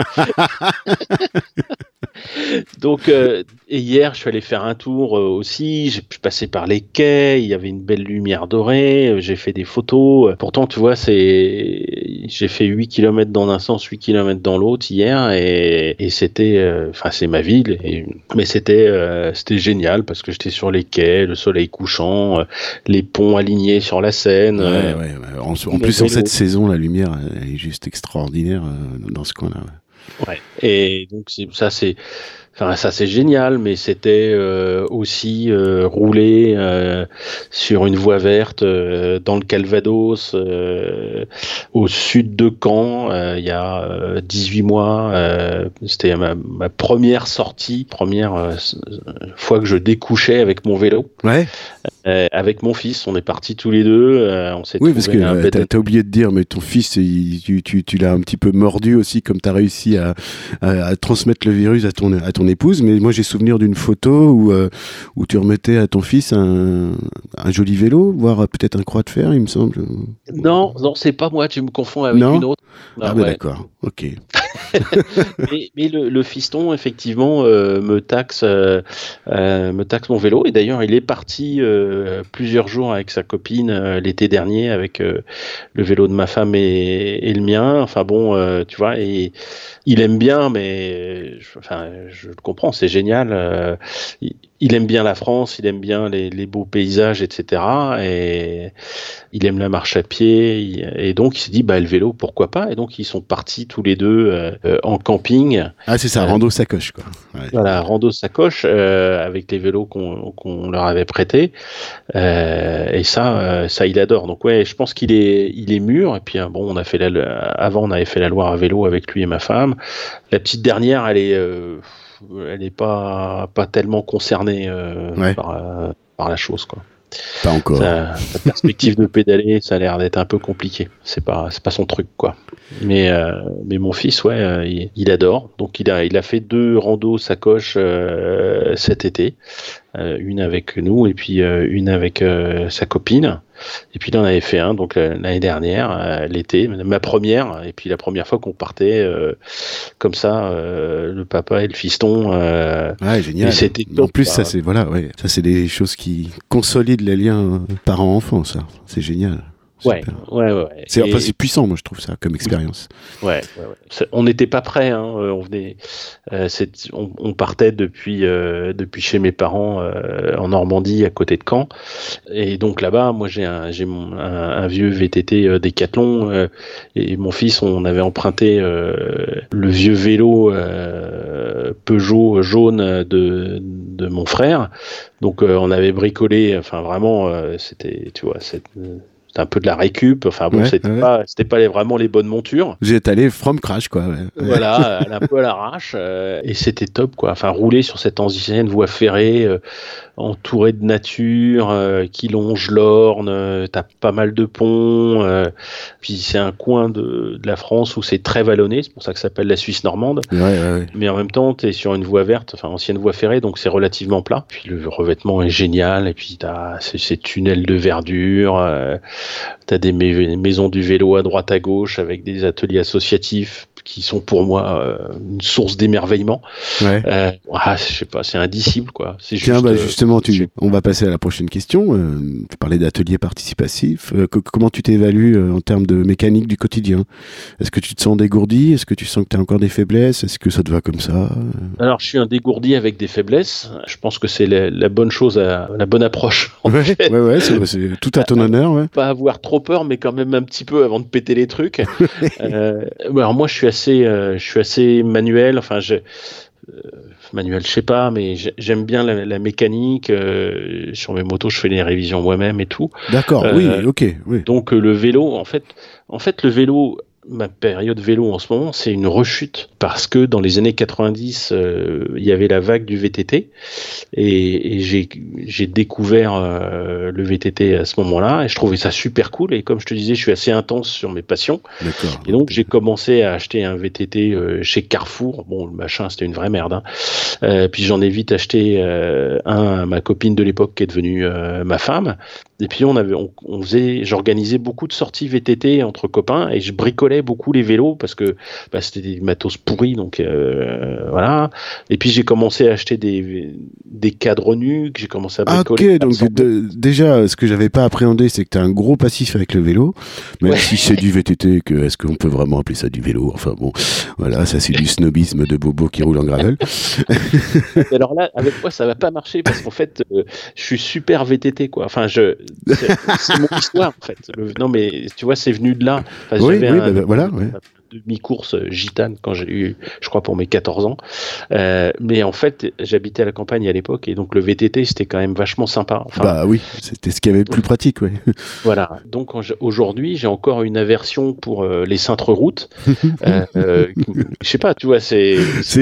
Donc, et hier, je suis allé faire un tour aussi. J'ai pu passer par les quais. Il y avait une belle lumière dorée. J'ai fait des photos. Pourtant, tu vois, j'ai fait 8 km dans un sens, 8 km dans l'autre hier. Et c'était, c'est ma ville. Mais c'était génial parce que j'étais sur les quais, le soleil couchant, les ponts alignés sur la Seine. Ouais. En plus, en cette saison, la lumière, elle est juste extraordinaire dans ce coin-là. Ouais. Et donc ça c'est génial, mais c'était aussi rouler sur une voie verte dans le Calvados, au sud de Caen, il y a 18 mois. C'était ma première sortie, première fois que je découchais avec mon vélo. Ouais. Avec mon fils, on est partis tous les deux. On s'est Oui, parce trouvé un que t'as oublié de dire, mais ton fils, tu l'as un petit peu mordu aussi, comme t'as réussi à transmettre le virus à ton épouse. Mais moi, j'ai souvenir d'une photo où tu remettais à ton fils un joli vélo, voire peut-être un croix de fer, il me semble. Non, c'est pas moi, tu me confonds avec Non une autre. Ah, bah d'accord, ok. mais le fiston, effectivement, me taxe mon vélo. Et d'ailleurs, il est parti plusieurs jours avec sa copine l'été dernier avec le vélo de ma femme et le mien. Enfin bon, tu vois, et il aime bien, mais je le comprends, c'est génial. Il aime bien la France, il aime bien les beaux paysages, etc. Et il aime la marche à pied. Et donc, il s'est dit, le vélo, pourquoi pas? Et donc, ils sont partis tous les deux en camping. Ah, c'est ça, rando sacoche, quoi. Ouais. Voilà, rando sacoche avec les vélos qu'on leur avait prêtés. Et ça, il adore. Donc, ouais, je pense qu'il est mûr. Et puis, bon, avant, on avait fait la Loire à vélo avec lui et ma femme. La petite dernière, elle est pas tellement concernée par la chose, quoi. Pas encore. Sa perspective de pédaler, ça a l'air d'être un peu compliqué. C'est pas son truc, quoi. Mais mon fils, ouais, il adore. Donc il a fait 2 randos sacoches cet été, une avec nous et puis une avec sa copine. Et puis il en avait fait un donc l'année dernière, l'été, ma première. Et puis la première fois qu'on partait comme ça, le papa et le fiston. Ouais, génial. Et c'était top, en plus, quoi. ça c'est des choses qui consolident les liens parents-enfants, ça. C'est génial. Ouais. C'est puissant, moi je trouve ça comme expérience. Ouais. On n'était pas prêts. Hein. On venait, on partait depuis chez mes parents en Normandie, à côté de Caen. Et donc là-bas, moi j'ai un vieux VTT Décathlon et mon fils, on avait emprunté le vieux vélo Peugeot jaune de mon frère. Donc on avait bricolé. Enfin vraiment, c'était, tu vois, un peu de la récup. Enfin bon, c'était pas vraiment les bonnes montures. J'étais allé from crash, quoi. Ouais. Voilà, un peu à l'arrache, et c'était top, quoi. Enfin, rouler sur cette ancienne voie ferrée, entourée de nature, qui longe l'Orne, t'as pas mal de ponts, puis c'est un coin de la France où c'est très vallonné, c'est pour ça que ça s'appelle la Suisse normande. Ouais. Mais en même temps, t'es sur une voie verte, enfin ancienne voie ferrée, donc c'est relativement plat. Puis le revêtement est génial, et puis t'as ces tunnels de verdure, t'as des maisons du vélo à droite à gauche avec des ateliers associatifs qui sont pour moi une source d'émerveillement. Ouais. Je sais pas, c'est indicible, quoi. C'est Tiens, juste, justement, on va passer à la prochaine question. Tu parlais d'ateliers participatifs. Comment tu t'évalues en termes de mécanique du quotidien? Est-ce que tu te sens dégourdi? Est-ce que tu sens que tu as encore des faiblesses? Est-ce que ça te va comme ça? Alors, je suis un dégourdi avec des faiblesses. Je pense que c'est la bonne chose, la bonne approche. Ouais, c'est tout à ton honneur. Ouais. Pas avoir trop peur, mais quand même un petit peu avant de péter les trucs. Alors moi, je suis assez manuel. Enfin, manuel, je sais pas, mais j'aime bien la mécanique. Sur mes motos, je fais les révisions moi-même et tout. D'accord. Oui, ok. Oui. Donc le vélo, en fait, le vélo. Ma période vélo en ce moment, c'est une rechute parce que dans les années 90, il y avait la vague du VTT et j'ai découvert le VTT à ce moment-là et je trouvais ça super cool. Et comme je te disais, je suis assez intense sur mes passions. D'accord. Et donc j'ai commencé à acheter un VTT chez Carrefour. Bon, le machin, c'était une vraie merde. Hein. Puis j'en ai vite acheté un à ma copine de l'époque qui est devenue ma femme. Et puis j'organisais beaucoup de sorties VTT entre copains et je bricolais beaucoup les vélos parce que c'était des matos pourris, donc voilà. Et puis j'ai commencé à acheter des cadres nuques, j'ai commencé à bricoler. Ok, donc déjà, ce que j'avais pas appréhendé, c'est que tu as un gros passif avec le vélo, même si c'est du VTT, est-ce qu'on peut vraiment appeler ça du vélo? Enfin bon, voilà, ça c'est du snobisme de bobo qui roule en gravel. Alors là, avec moi, ça va pas marcher parce qu'en fait, je suis super VTT, quoi. Enfin, c'est mon histoire, en fait. Non, mais tu vois, c'est venu de là. Enfin, voilà. Ouais. Demi-course gitane quand j'ai eu, je crois, pour mes 14 ans. Mais en fait, j'habitais à la campagne à l'époque et donc le VTT, c'était quand même vachement sympa. Enfin, bah oui, c'était ce qu'il y avait de plus pratique, ouais. Voilà. Donc aujourd'hui, j'ai encore une aversion pour les cintres routes. Je sais pas, tu vois, c'est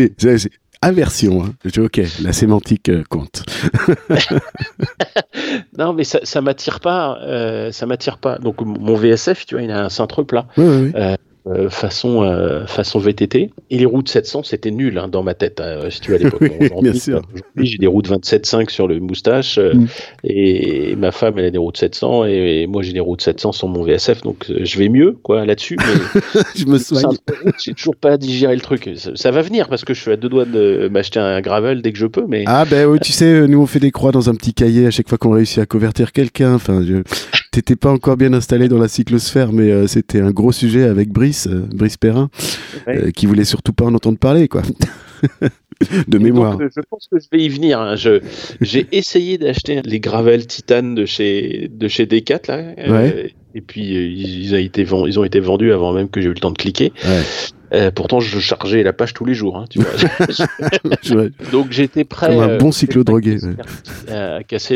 aversion, hein. Ok, la sémantique compte. Non, mais ça m'attire pas. Ça m'attire pas. Donc mon VSF, tu vois, il a un cintre plat. Oui. Façon VTT. Et les routes 700, c'était nul dans ma tête, si tu veux, à l'époque. Bien sûr. Aujourd'hui, j'ai des routes 27.5 sur le moustache et ma femme, elle a des routes 700 et moi, j'ai des routes 700 sur mon VSF. Donc, je vais mieux là-dessus. Mais je me soigne. J'ai toujours pas digéré le truc. Ça va venir parce que je suis à 2 doigts de m'acheter un gravel dès que je peux. Mais... Ah ben oui, tu sais, nous on fait des croix dans un petit cahier à chaque fois qu'on réussit à convertir quelqu'un. Enfin, t'étais pas encore bien installé dans la cyclosphère, mais c'était un gros sujet avec Brice Perrin, qui voulait surtout pas en entendre parler, quoi. De mémoire. Donc, je pense que je vais y venir. Hein. J'ai essayé d'acheter les gravels Titan de chez Decat là, et puis ils ont été vendus avant même que j'ai eu le temps de cliquer. Ouais. Pourtant, je chargeais la page tous les jours, hein, tu vois. Donc j'étais prêt. Comme un bon cyclo-drogué. À casser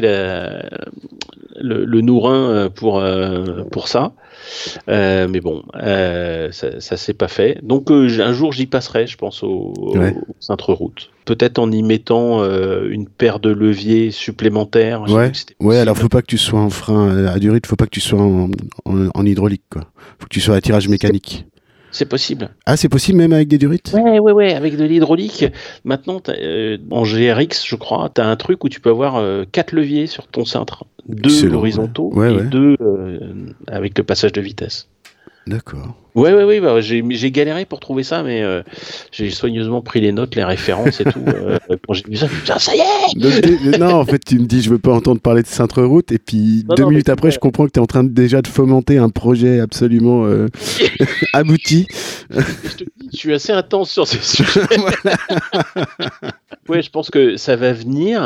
le nourrin pour ça. Mais bon, ça s'est pas fait. Donc un jour j'y passerai, je pense, au cintre route. Peut-être en y mettant une paire de leviers supplémentaires. Ouais. Alors faut pas que tu sois en frein à durite, faut pas que tu sois en hydraulique, quoi. Faut que tu sois à tirage mécanique. C'est possible. Ah, c'est possible même avec des durites? Ouais, avec de l'hydraulique. Maintenant, en GRX, je crois, tu as un truc où tu peux avoir 4 leviers sur ton cintre. 2 horizontaux et 2 avec le passage de vitesse. D'accord. Ouais, bah, j'ai galéré pour trouver ça, mais j'ai soigneusement pris les notes, les références et tout. Quand j'ai vu ça, je me suis dit, ça y est! Non, en fait, tu me dis, je veux pas entendre parler de cintre route, et puis 2 minutes après, je comprends que tu es en train déjà de fomenter un projet absolument abouti. Je te dis, je suis assez intense sur ces sujets. Ouais, je pense que ça va venir,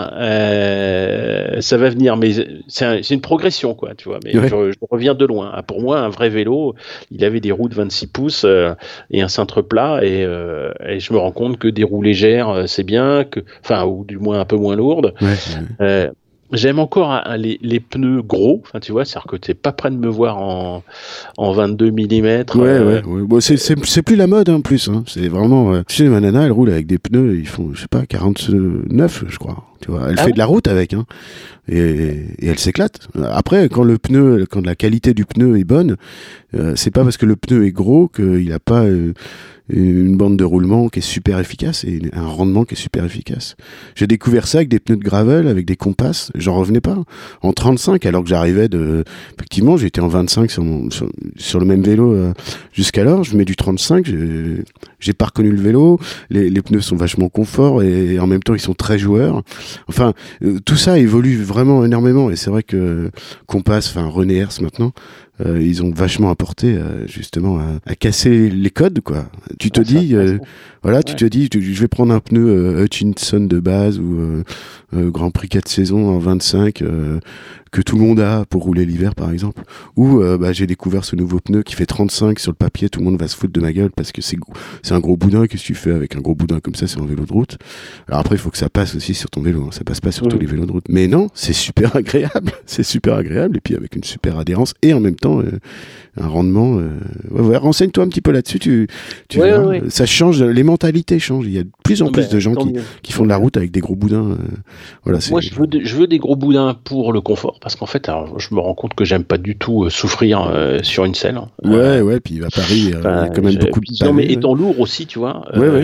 mais c'est une progression, quoi, tu vois. Mais je reviens de loin. Pour moi, un vrai vélo, il avait des roues de 26 pouces et un cintre plat, et je me rends compte que des roues légères, c'est bien, ou du moins un peu moins lourdes. J'aime encore les pneus gros, enfin tu vois, c'est-à-dire que t'es pas prêt de me voir en 22 mm. Ouais. Bon, c'est plus la mode, en plus. Hein. C'est vraiment. Tu sais, ma nana, elle roule avec des pneus, ils font, je sais pas, 49, je crois. Tu vois, elle fait de la route avec, hein. Et elle s'éclate. Après, quand la qualité du pneu est bonne, c'est pas parce que le pneu est gros qu'il a pas une bande de roulement qui est super efficace et un rendement qui est super efficace. J'ai découvert ça avec des pneus de gravel, avec des compasses, j'en revenais pas. En 35, alors que effectivement, j'étais en 25 sur le même vélo jusqu'alors, je mets du 35, j'ai pas reconnu le vélo, les pneus sont vachement confort et en même temps ils sont très joueurs. Enfin, tout ça évolue vraiment énormément et c'est vrai que Compass, René Hers maintenant, ils ont vachement apporté justement à casser les codes, quoi. Tu te dis, tu te dis, je vais prendre un pneu Hutchinson de base ou Grand Prix 4 saisons en 25 que tout le monde a pour rouler l'hiver, par exemple. Ou j'ai découvert ce nouveau pneu qui fait 35 sur le papier, tout le monde va se foutre de ma gueule parce que c'est un gros boudin. Qu'est-ce que tu fais avec un gros boudin comme ça sur un vélo de route? Alors après, il faut que ça passe aussi sur ton vélo, hein. Ça passe pas sur tous les vélos de route. Mais non, c'est super agréable. C'est super agréable et puis avec une super adhérence et en même temps un rendement. Renseigne-toi un petit peu là-dessus. Tu verras. Ça change, les mentalités changent. Il y a de plus en plus de gens qui font de la route avec des gros boudins. Moi, je veux des gros boudins pour le confort. Parce qu'en fait, je me rends compte que j'aime pas du tout souffrir sur une selle. Puis à Paris, il y a quand même beaucoup de pavés. Mais étant lourd aussi, tu vois.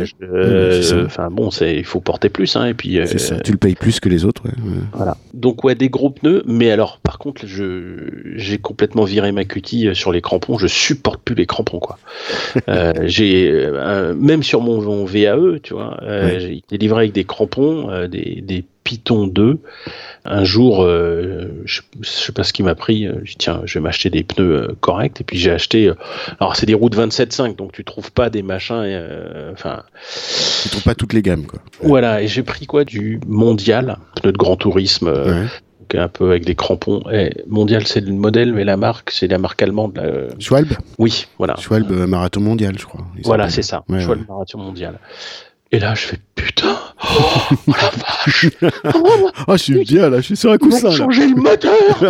Il faut porter plus, hein, et puis. C'est ça. Tu le payes plus que les autres, Voilà. Donc des gros pneus, mais alors, par contre, j'ai complètement viré ma cutie sur les crampons. Je supporte plus les crampons, quoi. Même sur mon VAE, tu vois, j'ai été livré avec des crampons, des Python 2. Un jour, je sais pas ce qui m'a pris. Je dis tiens, je vais m'acheter des pneus corrects. Et puis j'ai acheté. Alors c'est des roues de 27,5, donc tu trouves pas des machins. Tu trouves pas toutes les gammes, quoi. Voilà. Et j'ai pris du Mondial, pneu de grand tourisme. Un peu avec des crampons. Mondial, c'est le modèle, mais la marque, c'est la marque allemande. Schwalbe. Oui, voilà. Schwalbe Marathon Mondial, je crois. Voilà, c'est ça. Schwalbe Marathon Mondial. Et là, je fais putain, oh la vache. Je suis bien là, je suis sur un coussin. Ils vont changer le moteur.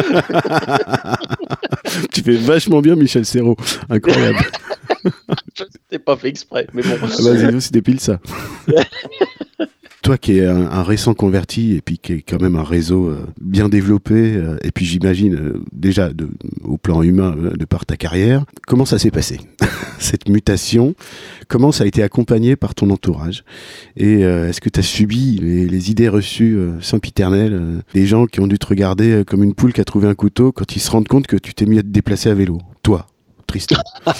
Tu fais vachement bien, Michel Serrault. Incroyable. Je t'ai pas fait exprès, mais bon. Vas-y, c'est dépile ça. Toi qui es un récent converti et puis qui est quand même un réseau bien développé et puis j'imagine déjà au plan humain de par ta carrière, comment ça s'est passé cette mutation? Comment ça a été accompagné par ton entourage? Et est-ce que tu as subi les idées reçues sempiternelles des gens qui ont dû te regarder comme une poule qui a trouvé un couteau quand ils se rendent compte que tu t'es mis à te déplacer à vélo? Toi, Tristan.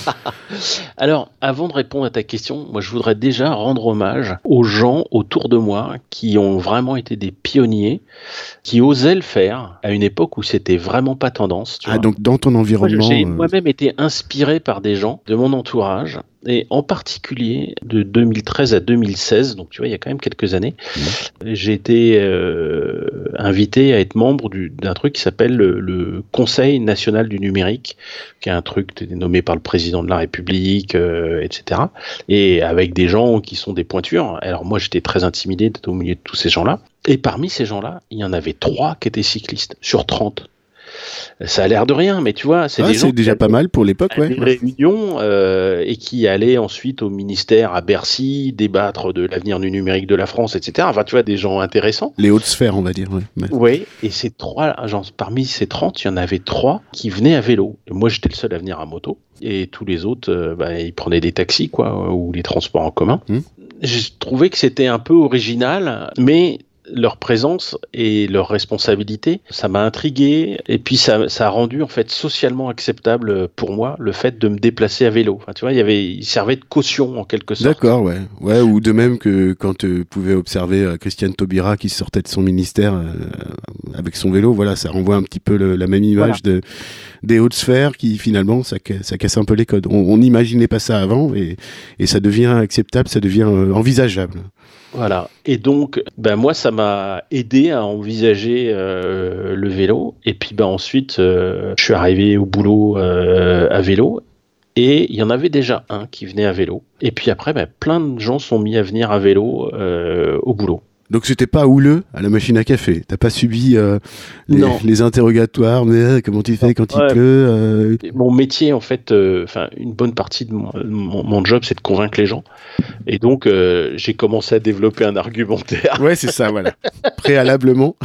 Alors, avant de répondre à ta question, moi je voudrais déjà rendre hommage aux gens autour de moi qui ont vraiment été des pionniers, qui osaient le faire à une époque où c'était vraiment pas tendance. Tu vois. Donc dans ton environnement... J'ai moi-même été inspiré par des gens de mon entourage, et en particulier de 2013 à 2016, donc tu vois, il y a quand même quelques années, j'ai été invité à être membre d'un truc qui s'appelle le Conseil national du numérique, qui est un truc nommé par le président de la République, etc. Et avec des gens qui sont des pointures. Alors moi, j'étais très intimidé d'être au milieu de tous ces gens-là. Et parmi ces gens-là, il y en avait 3 qui étaient cyclistes sur 30. Ça a l'air de rien, mais tu vois, c'est des gens c'est déjà pas mal pour l'époque, des réunions et qui allaient ensuite au ministère à Bercy débattre de l'avenir du numérique de la France, etc. Enfin, tu vois, des gens intéressants. Les hautes sphères, on va dire. Oui, et ces 3, parmi ces 30, il y en avait 3 qui venaient à vélo. Et moi, j'étais le seul à venir à moto, et tous les autres, ils prenaient des taxis, quoi, ou les transports en commun. J'ai trouvé que c'était un peu original, mais leur présence et leur responsabilité, ça m'a intrigué, et puis ça a rendu en fait socialement acceptable pour moi le fait de me déplacer à vélo. Enfin, tu vois, il servait de caution en quelque sorte. D'accord, ouais, ou de même que quand tu pouvais observer Christiane Taubira qui sortait de son ministère avec son vélo, voilà, ça renvoie un petit peu la même image des hautes sphères qui finalement ça casse un peu les codes. On n'imaginait pas ça avant et ça devient acceptable, ça devient envisageable. Voilà. Et donc, moi, ça m'a aidé à envisager le vélo. Et puis, ensuite, je suis arrivé au boulot à vélo. Et il y en avait déjà un qui venait à vélo. Et puis après, plein de gens sont mis à venir à vélo au boulot. Donc c'était pas houleux à la machine à café. T'as pas subi les interrogatoires, mais comment tu fais quand il pleut Mon métier, en fait, une bonne partie de mon job, c'est de convaincre les gens. Et donc, j'ai commencé à développer un argumentaire. Ouais, c'est ça, voilà. Préalablement.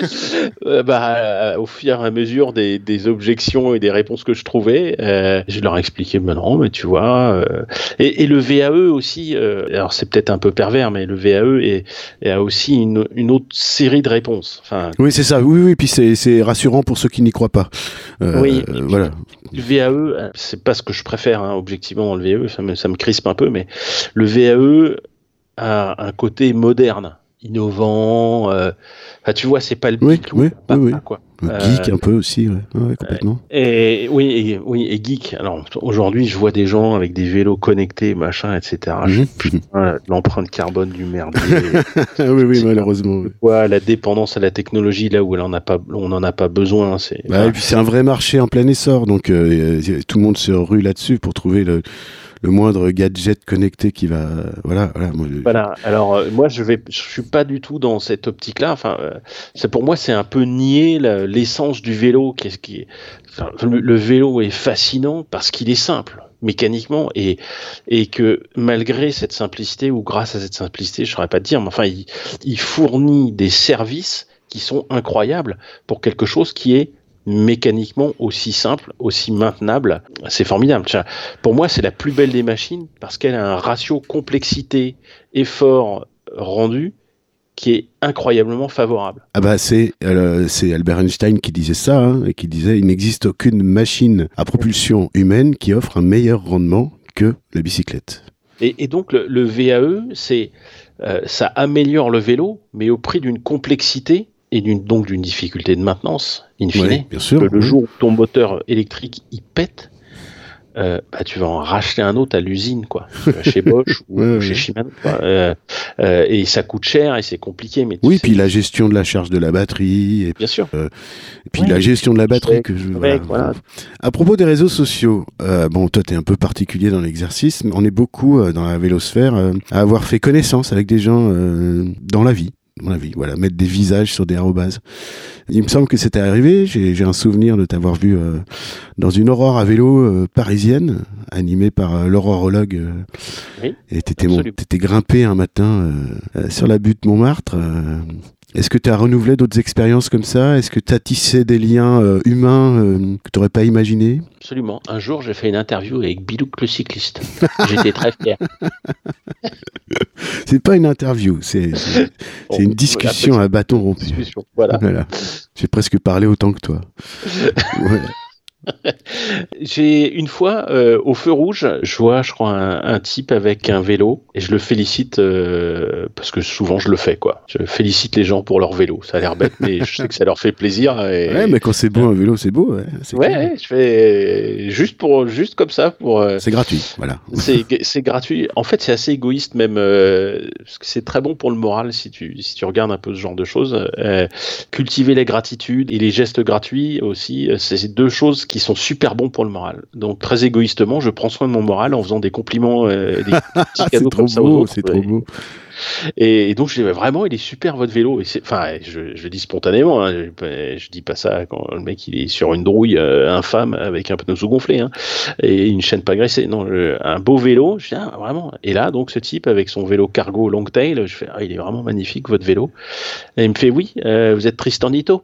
Au fur et à mesure des objections et des réponses que je trouvais, je leur ai expliqué, non, mais tu vois. Et le VAE aussi, alors c'est peut-être un peu pervers, mais le VAE a aussi une autre série de réponses. Oui, c'est ça. Oui, puis c'est rassurant pour ceux qui n'y croient pas. Oui, voilà. Le VAE, c'est pas ce que je préfère, objectivement, dans le VAE, ça me crispe un peu, mais le VAE a un côté moderne, innovant. Tu vois, c'est pas le geek. Oui. Quoi. Geek un peu aussi, ouais, complètement. Et geek. Alors aujourd'hui, je vois des gens avec des vélos connectés, machin, etc. L'empreinte carbone du merdier. oui, malheureusement. La dépendance à la technologie là où on n'en a pas besoin. Et puis c'est un vrai marché en plein essor, donc tout le monde se rue là-dessus pour trouver le moindre gadget connecté qui va voilà. Alors moi je suis pas du tout dans cette optique-là. Pour moi c'est un peu nier l'essence du vélo. Le vélo est fascinant parce qu'il est simple mécaniquement et que malgré cette simplicité ou grâce à cette simplicité, je saurais pas te dire, mais il fournit des services qui sont incroyables pour quelque chose qui est mécaniquement aussi simple, aussi maintenable, c'est formidable. Pour moi, c'est la plus belle des machines parce qu'elle a un ratio complexité, effort rendu qui est incroyablement favorable. C'est Albert Einstein qui disait ça, et qui disait il n'existe aucune machine à propulsion humaine qui offre un meilleur rendement que la bicyclette. Et donc le VAE, ça améliore le vélo, mais au prix d'une complexité et donc d'une difficulté de maintenance, in fine. Oui, bien sûr. Le jour où ton moteur électrique il pète, tu vas en racheter un autre à l'usine, quoi. Chez Bosch ou chez Shimano, quoi. Et ça coûte cher et c'est compliqué. Mais puis la gestion de la charge de la batterie. Et bien sûr. Et puis la gestion de la batterie voilà. À propos des réseaux sociaux, toi t'es un peu particulier dans l'exercice, mais on est beaucoup dans la vélosphère à avoir fait connaissance avec des gens dans la vie. Voilà, mettre des visages sur des arrobases. Il me semble que c'était arrivé, j'ai un souvenir de t'avoir vu dans une aurore à vélo parisienne, animée par l'aurorologue. Oui, et t'étais grimpé un matin sur la butte Montmartre. Est-ce que tu as renouvelé d'autres expériences comme ça ? Est-ce que tu as tissé des liens humains que tu n'aurais pas imaginés ? Absolument. Un jour, j'ai fait une interview avec Bilouk le cycliste. J'étais très fier. C'est pas une interview, c'est une discussion à bâton rompu. Voilà. J'ai presque parlé autant que toi. Voilà. J'ai une fois au feu rouge, je vois, je crois, un type avec un vélo et je le félicite parce que souvent je le fais, quoi. Je félicite les gens pour leur vélo. Ça a l'air bête, mais je sais que ça leur fait plaisir. Ouais, mais quand c'est beau un vélo, c'est beau. Ouais, je fais juste comme ça pour. C'est gratuit, voilà. C'est gratuit. En fait, c'est assez égoïste même parce que c'est très bon pour le moral si tu regardes un peu ce genre de choses. Cultiver la gratitude et les gestes gratuits aussi, c'est deux choses qui sont super bons pour le moral. Donc très égoïstement, je prends soin de mon moral en faisant des compliments, des petits cadeaux comme ça aux autres. C'est trop beau. Et donc je dis vraiment, il est super votre vélo. Et je le dis spontanément. Je dis pas ça quand le mec il est sur une drouille infâme avec un pneu sous-gonflé et une chaîne pas graissée. Non, un beau vélo. Je dis vraiment. Et là donc ce type avec son vélo cargo Longtail, je fais il est vraiment magnifique votre vélo. Et il me fait oui, vous êtes Tristan Nito.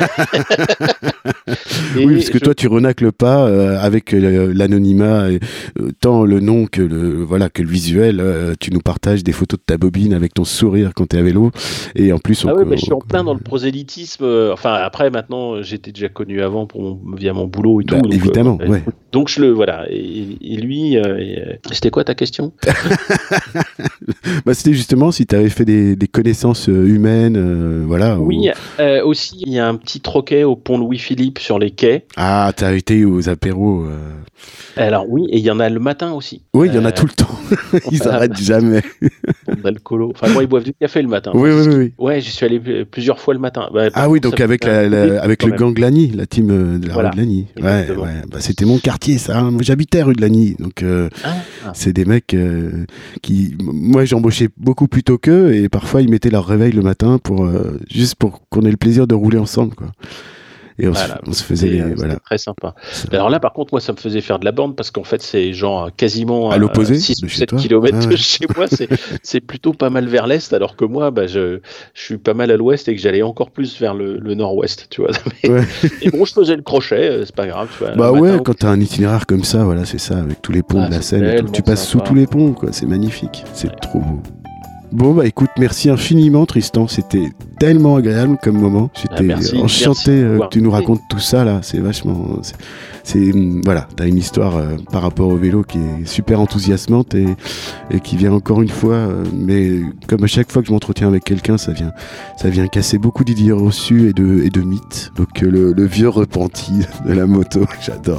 Oui, parce que toi tu renacles pas avec l'anonymat, tant le nom que le visuel. Tu nous partages des photos de ta bobine avec ton sourire quand t'es à vélo, et en plus je suis en plein dans le prosélytisme. Après maintenant j'étais déjà connu avant via mon boulot et tout. Donc, évidemment, ouais. Donc je le voilà. Et lui, c'était quoi ta question? C'était justement si t'avais fait des connaissances humaines, voilà. Oui, aussi il y a un petit troquet au pont Louis-Philippe sur les quais. Ah, t'as été aux apéros. Alors oui, et il y en a le matin aussi. Oui, il y en a tout le temps. Ils n'arrêtent jamais. D'alcool écolo. Enfin, moi, ils boivent du café le matin. Oui. Ouais, j'y suis allé plusieurs fois le matin. Oui, donc avec le gang Lagny, la team de la rue de Lagny. Ouais. C'était mon quartier, ça. Moi, j'habitais rue de Lagny, donc c'est des mecs qui, moi, j'embauchais beaucoup plus tôt qu'eux, et parfois ils mettaient leur réveil le matin juste pour qu'on ait le plaisir de rouler ensemble, quoi. Et on se faisait c'était très sympa. Alors là, par contre, moi, ça me faisait faire de la borne parce qu'en fait, c'est genre quasiment à l'opposé 6 ou 7 km de chez moi. C'est plutôt pas mal vers l'est, alors que moi, je suis pas mal à l'ouest et que j'allais encore plus vers le nord-ouest, tu vois. Et bon, je faisais le crochet, c'est pas grave. Tu vois, quand t'as un itinéraire comme ça, voilà, c'est ça, avec tous les ponts de la Seine et tout. Tu passes sous tous les ponts, quoi. C'est magnifique. C'est trop beau. Bon, écoute, merci infiniment, Tristan. C'était tellement agréable comme moment. J'étais enchanté que tu nous racontes tout ça, là. C'est vachement... voilà, t'as une histoire par rapport au vélo qui est super enthousiasmante et qui vient encore une fois, mais comme à chaque fois que je m'entretiens avec quelqu'un, ça vient casser beaucoup d'idées reçues et de mythes. Donc le vieux repenti de la moto, j'adore.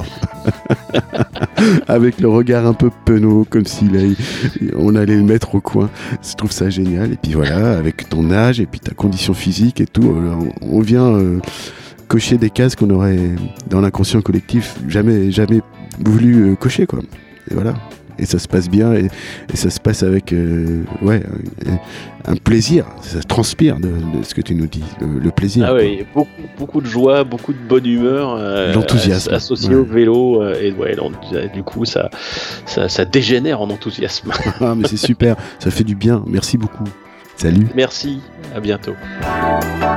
Avec le regard un peu penaud, comme si on allait le mettre au coin. Je trouve ça génial. Et puis voilà, avec ton âge et puis ta condition physique et tout, on vient cocher des cases qu'on aurait dans l'inconscient collectif jamais voulu cocher, quoi. Et voilà. Et ça se passe bien et ça se passe avec un plaisir. Ça transpire de ce que tu nous dis, le plaisir. Ah oui, beaucoup de joie, beaucoup de bonne humeur, l'enthousiasme associé au vélo et du coup ça dégénère en enthousiasme. Ah, mais c'est super, ça fait du bien. Merci beaucoup. Salut. Merci, à bientôt.